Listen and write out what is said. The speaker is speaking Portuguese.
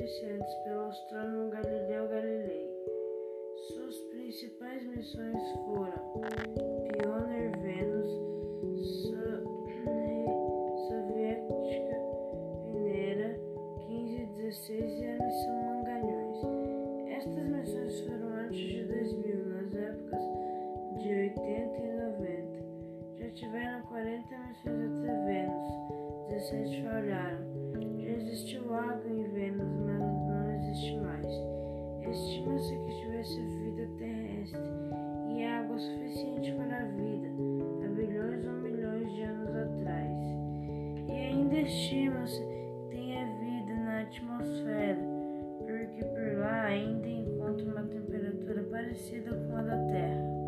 oferecidas pelo astrônomo Galileu Galilei. Suas principais missões foram Pioneer Venus, Soviética Venera 15 e 16 e a missão Magalhães. Estas missões foram antes de 2000, nas épocas de 80 e 90. Já tiveram 40 missões até Vênus, 17 falharam. Já existiu água em Vênus, mas não existe mais. Estima-se que tivesse vida terrestre e água suficiente para a vida há bilhões ou milhões de anos atrás. E ainda estima-se que tenha vida na atmosfera, porque por lá ainda encontra uma temperatura parecida com a da Terra.